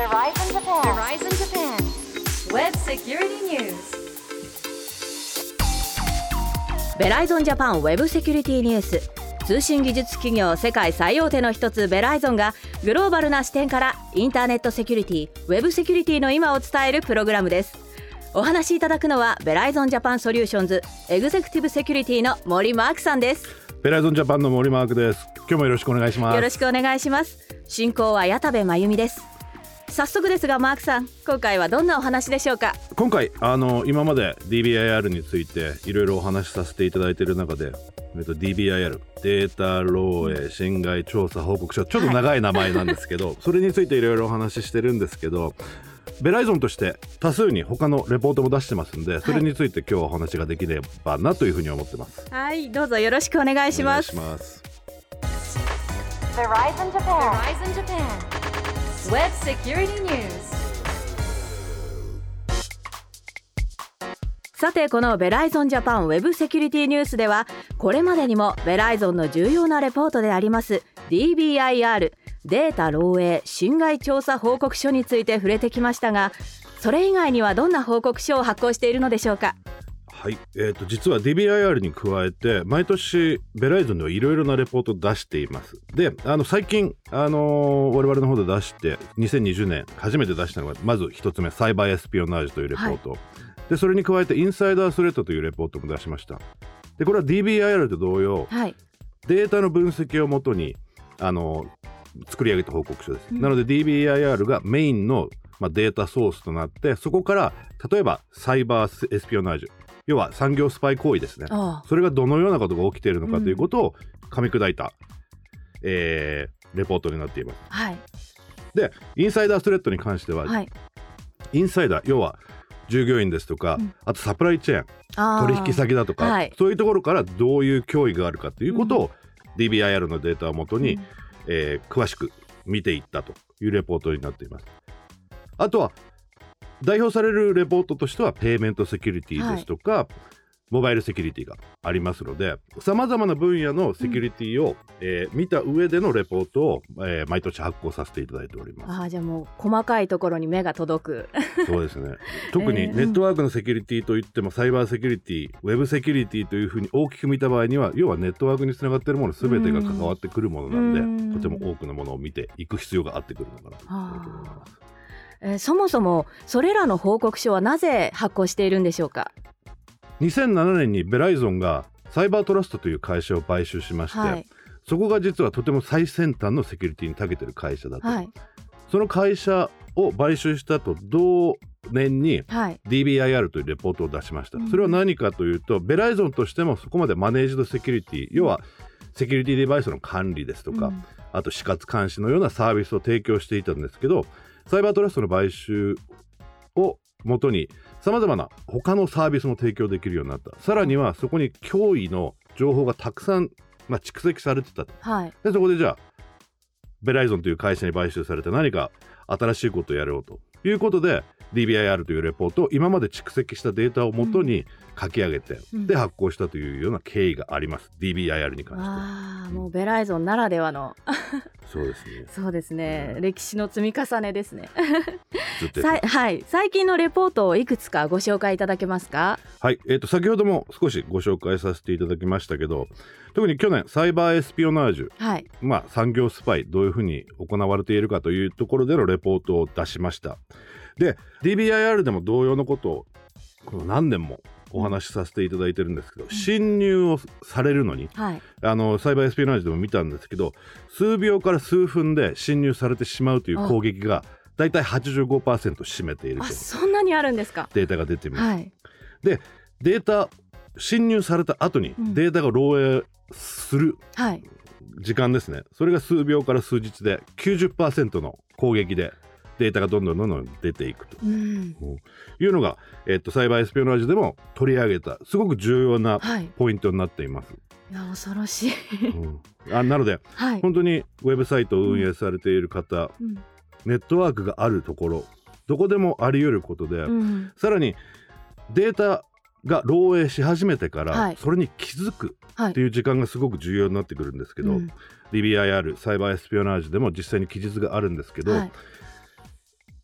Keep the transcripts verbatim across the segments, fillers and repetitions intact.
Verizon Japan. Verizon Japan. Web Security News. ベライゾンジャパンウェブセキュリティニュース。通信技術企業世界最大手の一つベライゾンがグローバルな視点からインターネットセキュリティ、ウェブセキュリティの今を伝えるプログラムです。お話しいただくのはベライゾンジャパンソリューションズエグゼクティブセキュリティの森マークさんです。 ベライゾンジャパンの森マークです。今日もよろしくお願いします。 よろしくお願いします。進行は矢田部真由美です。早速ですがマークさん、今回はどんなお話でしょうか？ 今回あの今まで ディービーアイアール についていろいろお話しさせていただいている中で、えっと、ディービーアイアール データ漏洩侵害調査報告書、ちょっと長い名前なんですけど、はい、それについていろいろお話ししてるんですけど、ベライゾンとして多数に他のレポートも出してますんで、それについて今日はお話ができればなというふうに思ってます。 はい、どうぞよろしくお願いします。 お願いします。 Verizon Japan. Verizon Japan. Web Security News. さて、このベライゾンジャパンウェブセキュリティニュースでは、これまでにもベライゾンの重要なレポートであります ディービーアイアール データ漏洩侵害調査報告書について触れてきましたが、それ以外にはどんな報告書を発行しているのでしょうか？ はい、えーと、実は ディービーアイアール に加えて毎年ベライゾンではいろいろなレポートを出しています。で、あの最近、あのー、我々の方で出してにせんにじゅうねん初めて出したのがまず一つ目、サイバーエスピオナージュというレポート、はい、でそれに加えてインサイダースレットというレポートも出しました。でこれは ディービーアイアール と同様、はい、データの分析をもとにあの作り上げた報告書です、うん、なので ディービーアイアール がメインの、まあ、データソースとなって、そこから例えばサイバーエスピオナージュ、要は産業スパイ行為ですね、それがどのようなことが起きているのかということを噛み砕いた、うんえー、レポートになっています、はい、でインサイダースレッドに関しては、はい、インサイダー、要は従業員ですとか、うん、あとサプライチェーン、取引先だとか、はい、そういうところからどういう脅威があるかということを、うん、ディービーアイアール のデータをもとに、うんえー、詳しく見ていったというレポートになっています。あとは代表されるレポートとしてはペイメントセキュリティですとか、はい、モバイルセキュリティがありますので、さまざまな分野のセキュリティを、うんえー、見た上でのレポートを、えー、毎年発行させていただいております。 あ、じゃあもう細かいところに目が届くそうですね。特にネットワークのセキュリティといっても、サイバーセキュリティ、ウェブセキュリティというふうに大きく見た場合には、要はネットワークにつながっているもの全てが関わってくるものなんで、うんとても多くのものを見ていく必要があってくるのかなと思います。 えー、そもそもそれらの報告書はなぜ発行しているんでしょうか？ にせんななねんにベライゾンがサイバートラストという会社を買収しまして、はい、そこが実はとても最先端のセキュリティに長けている会社だと、はい、その会社を買収したと同年に ディービーアイアール というレポートを出しました、はい、それは何かというと、ベライゾンとしてもそこまでマネージドセキュリティ、要はセキュリティデバイスの管理ですとか、うん、あと死活監視のようなサービスを提供していたんですけど、サイバートラストの買収をもとにさまざまな他のサービスも提供できるようになった。さらにはそこに脅威の情報がたくさん、まあ、蓄積されてたと、はい、でそこでじゃあベライゾンという会社に買収されて何か新しいことをやろうということで ディービーアイアール というレポートを今まで蓄積したデータをもとに書き上げて、うん、で発行したというような経緯があります、 ディービーアイアール に関しては。 あ、もうベライゾンならではのそうですね。 そうですね、うん、歴史の積み重ねですねずっとさい、はい、最近のレポートをいくつかご紹介いただけますか？ はい、えーと、先ほども少しご紹介させていただきましたけど、特に去年サイバーエスピオナージュ、はい、まあ、産業スパイどういうふうに行われているかというところでのレポートを出しました。で ディービーアイアール でも同様のことをこの何年もお話しさせていただいてるんですけど、うん、侵入をされるのに、はい、あのサイバーエスピオナージュでも見たんですけど、数秒から数分で侵入されてしまうという攻撃がだいたい はちじゅうごパーセント 占めていると。 あ、そんなにあるんですか？ データが出ています、はい、でデータ侵入された後にデータが漏洩する時間ですね、はい、それが数秒から数日で きゅうじゅっパーセント の攻撃でデータがどんどんどんどん出ていくと、うん、いうのが、えっと、サイバーエスピオナージュでも取り上げたすごく重要なポイントになっています、はい、 いや恐ろしい、 うん、あなので、はい、本当にウェブサイトを運営されている方、うん、ネットワークがあるところどこでもあり得ることで、うん、さらにデータが漏洩し始めてから、はい、それに気づくっていう時間がすごく重要になってくるんですけど、はい、ディービーアイアール サイバーエスピオナージュでも実際に記述があるんですけど、はい、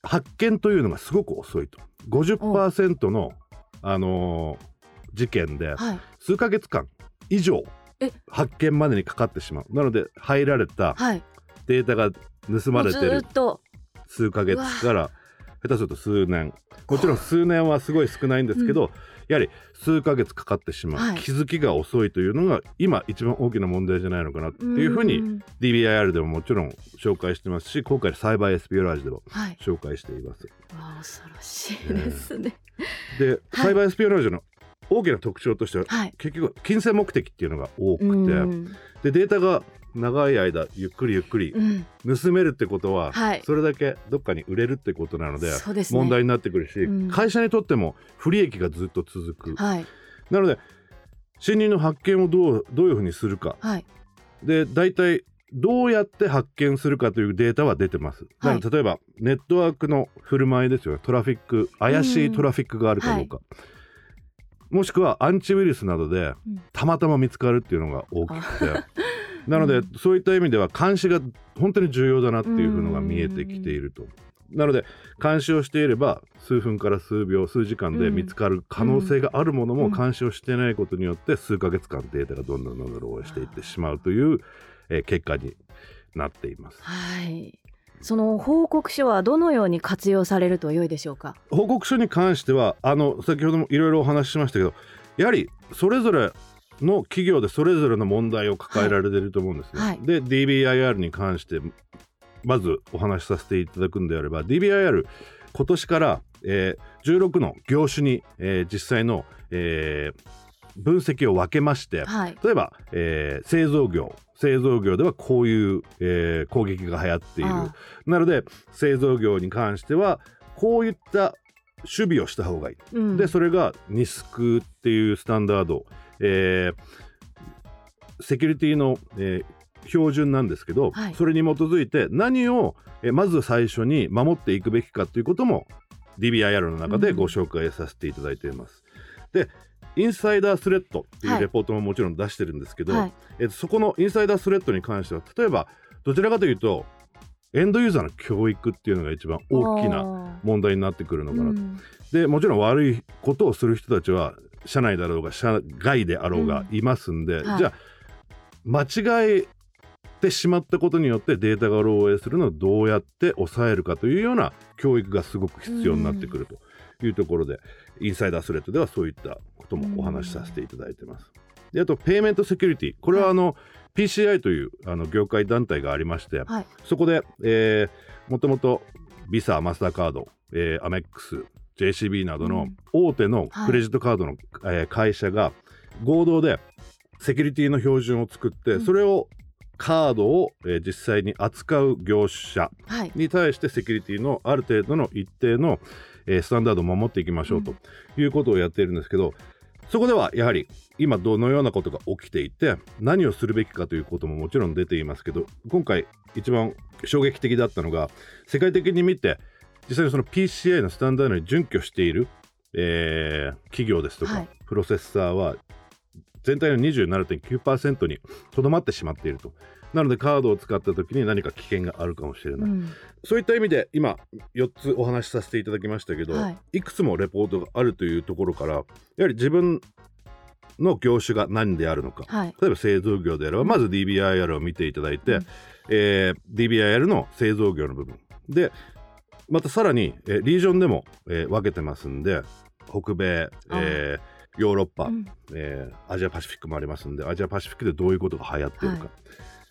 発見というのがすごく遅いと。 ごじゅっパーセント の、あのー事件で数ヶ月間以上発見までにかかってしまう。なので入られたデータが盗まれてる数ヶ月から下手すると数年、もちろん数年はすごい少ないんですけど、うん、やはり数ヶ月かかってしまう、はい、気づきが遅いというのが今一番大きな問題じゃないのかなっていうふうに ディービーアイアール でももちろん紹介してますし、今回のサイバーエスピオラージュでも紹介しています、 はい、恐ろしいですね、 えー、で、はい、サイバーエスピオラージュの大きな特徴としては、はい、結局金銭目的っていうのが多くて、でデータが長い間ゆっくりゆっくり盗めるってことは、うん、それだけどっかに売れるってことなので、はい、問題になってくるし、うん、会社にとっても不利益がずっと続く、はい、なので侵入の発見をどう、どういうふうにするか、はい、で大体どうやって発見するかというデータは出てます。なので例えばネットワークの振る舞いですよね。トラフィック、怪しいトラフィックがあるかどうか、はい、もしくはアンチウイルスなどでたまたま見つかるっていうのが大きくて、うん、なので、うん、そういった意味では監視が本当に重要だなっていうのが見えてきていると。なので監視をしていれば数分から数秒数時間で見つかる可能性があるものも監視をしていないことによって数ヶ月間データがどんどんどんどん漏洩していってしまうという、えー、結果になっています。 はい。その報告書はどのように活用されると良いでしょうか。 報告書に関してはあの先ほどもいろいろお話ししましたけど、やはりそれぞれの企業でそれぞれの問題を抱えられていると思うんですね、はい、で ディービーアイアール に関してまずお話しさせていただくんであれば ディービーアイアール 今年から、えー、じゅうろくの業種に、えー、実際の、えー、分析を分けまして、はい、例えば、えー、製造業製造業ではこういう、えー、攻撃が流行っている。なので製造業に関してはこういった守備をした方がいい、うん、でそれがニスクっていうスタンダード、えー、セキュリティの、えー標準なんですけど、はい、それに基づいて何をえまず最初に守っていくべきかということも ディービーアイアール の中でご紹介させていただいています、うん、でインサイダースレッドっていうレポートももちろん出してるんですけど、はい、えそこのインサイダースレッドに関しては例えばどちらかというとエンドユーザーの教育っていうのが一番大きな問題になってくるのかなと、うん、でもちろん悪いことをする人たちは社内だろうが社外であろうがいますんで、うんはい、じゃあ間違いてしまったことによってデータが漏洩するのをどうやって抑えるかというような教育がすごく必要になってくるというところで、インサイダースレッドではそういったこともお話しさせていただいてます。であとペイメントセキュリティ、これはあの、はい、ピーシーアイ というあの業界団体がありまして、はい、そこで、えー、もともとビサ、マスターカード、えー、アメックス、ジェイシービー などの大手のクレジットカードの、はいえー、会社が合同でセキュリティの標準を作って、うん、それをカードを、えー、実際に扱う業者に対してセキュリティのある程度の一定の、えー、スタンダードを守っていきましょうということをやっているんですけど、うん、そこではやはり今どのようなことが起きていて何をするべきかということももちろん出ていますけど、今回一番衝撃的だったのが世界的に見て実際にその ピーシーアイ のスタンダードに準拠している、えー、企業ですとか、はい、プロセッサーは全体の にじゅうななてんきゅうパーセント にとどまってしまっていると。なのでカードを使った時に何か危険があるかもしれない、うん、そういった意味で今よっつお話しさせていただきましたけど、はい、いくつもレポートがあるというところからやはり自分の業種が何であるのか、はい、例えば製造業であればまず ディービーアイアール を見ていただいて、うんえー、ディービーアイアール の製造業の部分でまたさらに、えー、リージョンでも、えー、分けてますんで北米、えーヨーロッパ、うんえー、アジアパシフィックもありますんでアジアパシフィックでどういうことが流行っているか、はい、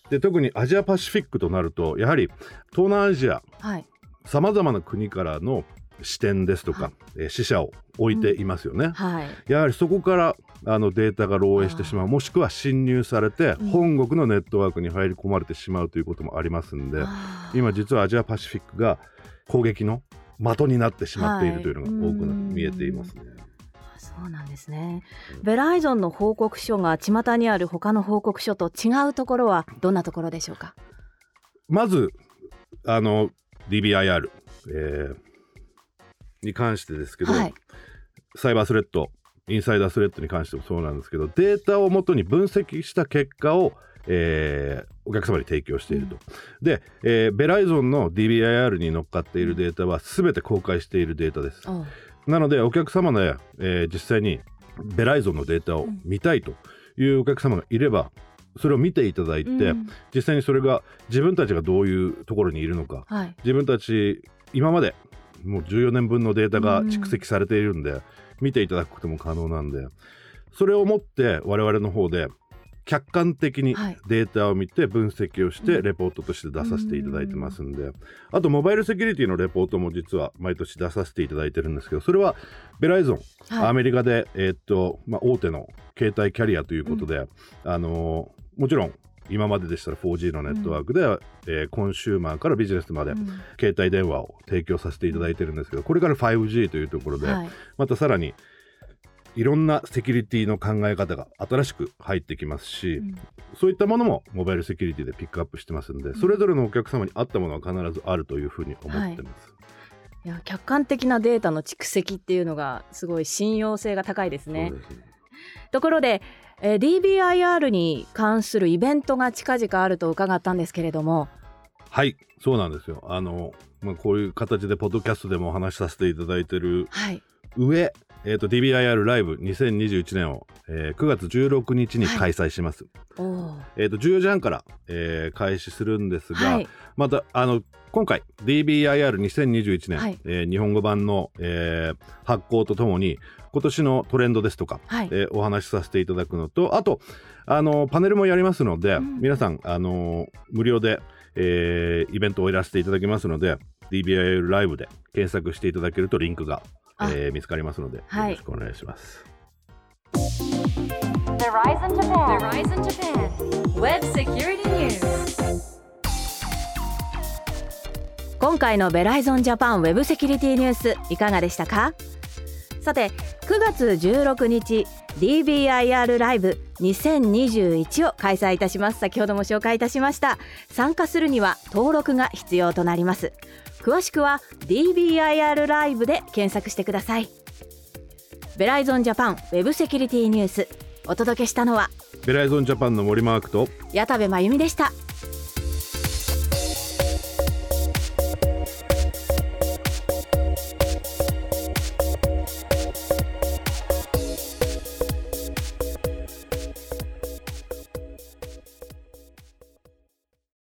で特にアジアパシフィックとなるとやはり東南アジアさまざまな国からの視点ですとか、はいえー、死者を置いていますよね、うんはい、やはりそこからあのデータが漏洩してしまうもしくは侵入されて本国のネットワークに入り込まれてしまうということもありますんで、うん、今実はアジアパシフィックが攻撃の的になってしまっているというのが多く見えていますね、はいそうなんですね。ベライゾンの報告書が巷にある他の報告書と違うところはどんなところでしょうか。 まずあの ディービーアイアール、えー、に関してですけど、はい、サイバースレッドインサイダースレッドに関してもそうなんですけどデータを元に分析した結果をえーお客様に提供していると、うん、で、えー、ベライゾンの ディービーアイアール に乗っかっているデータは全て公開しているデータです、うん、なのでお客様の、えー、実際にベライゾンのデータを見たいというお客様がいればそれを見ていただいて、うん、実際にそれが自分たちがどういうところにいるのか、はい、自分たち今までもうじゅうよねんぶんのデータが蓄積されているんで、うん、見ていただくことも可能なんでそれをもって我々の方で客観的にデータを見て分析をしてレポートとして出させていただいてますんで、あとモバイルセキュリティのレポートも実は毎年出させていただいてるんですけどそれはベライゾン、はい、アメリカで、えーっとまあ、大手の携帯キャリアということで、うんあのー、もちろん今まででしたら フォージー のネットワークで、うんえー、コンシューマーからビジネスまで携帯電話を提供させていただいてるんですけどこれから ファイブジー というところで、はい、またさらにいろんなセキュリティの考え方が新しく入ってきますし、うん、そういったものもモバイルセキュリティでピックアップしてますんで、うん、それぞれのお客様に合ったものは必ずあるというふうに思ってます、はい、 いや客観的なデータの蓄積っていうのがすごい信用性が高いですね。そうですね。ところで、えー、ディービーアイアール に関するイベントが近々あると伺ったんですけれども。 はいそうなんですよ。あの、まあ、こういう形でポッドキャストでもお話しさせていただいてる上、はいえー、と ディービーアイアール ライブにせんにじゅういちねんを、えー、くがつじゅうろくにちに開催します、はいえー、とじゅうよじはんから、えー、開始するんですが、はい、またあの今回 ディービーアイアールにせんにじゅういちねん、はいえー、日本語版の、えー、発行とともに今年のトレンドですとか、はいえー、お話しさせていただくのとあとあのパネルもやりますので、うん、皆さんあの無料で、えー、イベントをやらせていただきますので ディービーアイアール ライブで検索していただけるとリンクがえー、見つかりますので、はい、よろしくお願いします。 Verizon Japan Verizon Japan Web Security News 今回のベライゾンジャパン Web セキュリティニュースいかがでしたか。さてくがつじゅうろくにち ディービーアイアール ライブにせんにじゅういちを開催いたします。先ほども紹介いたしました。参加するには登録が必要となります。詳しくは ディービーアイアール ライブで検索してください。ベライゾンジャパン Web セキュリティニュースお届けしたのはベライゾンジャパンの森マークと矢田部真由美でした。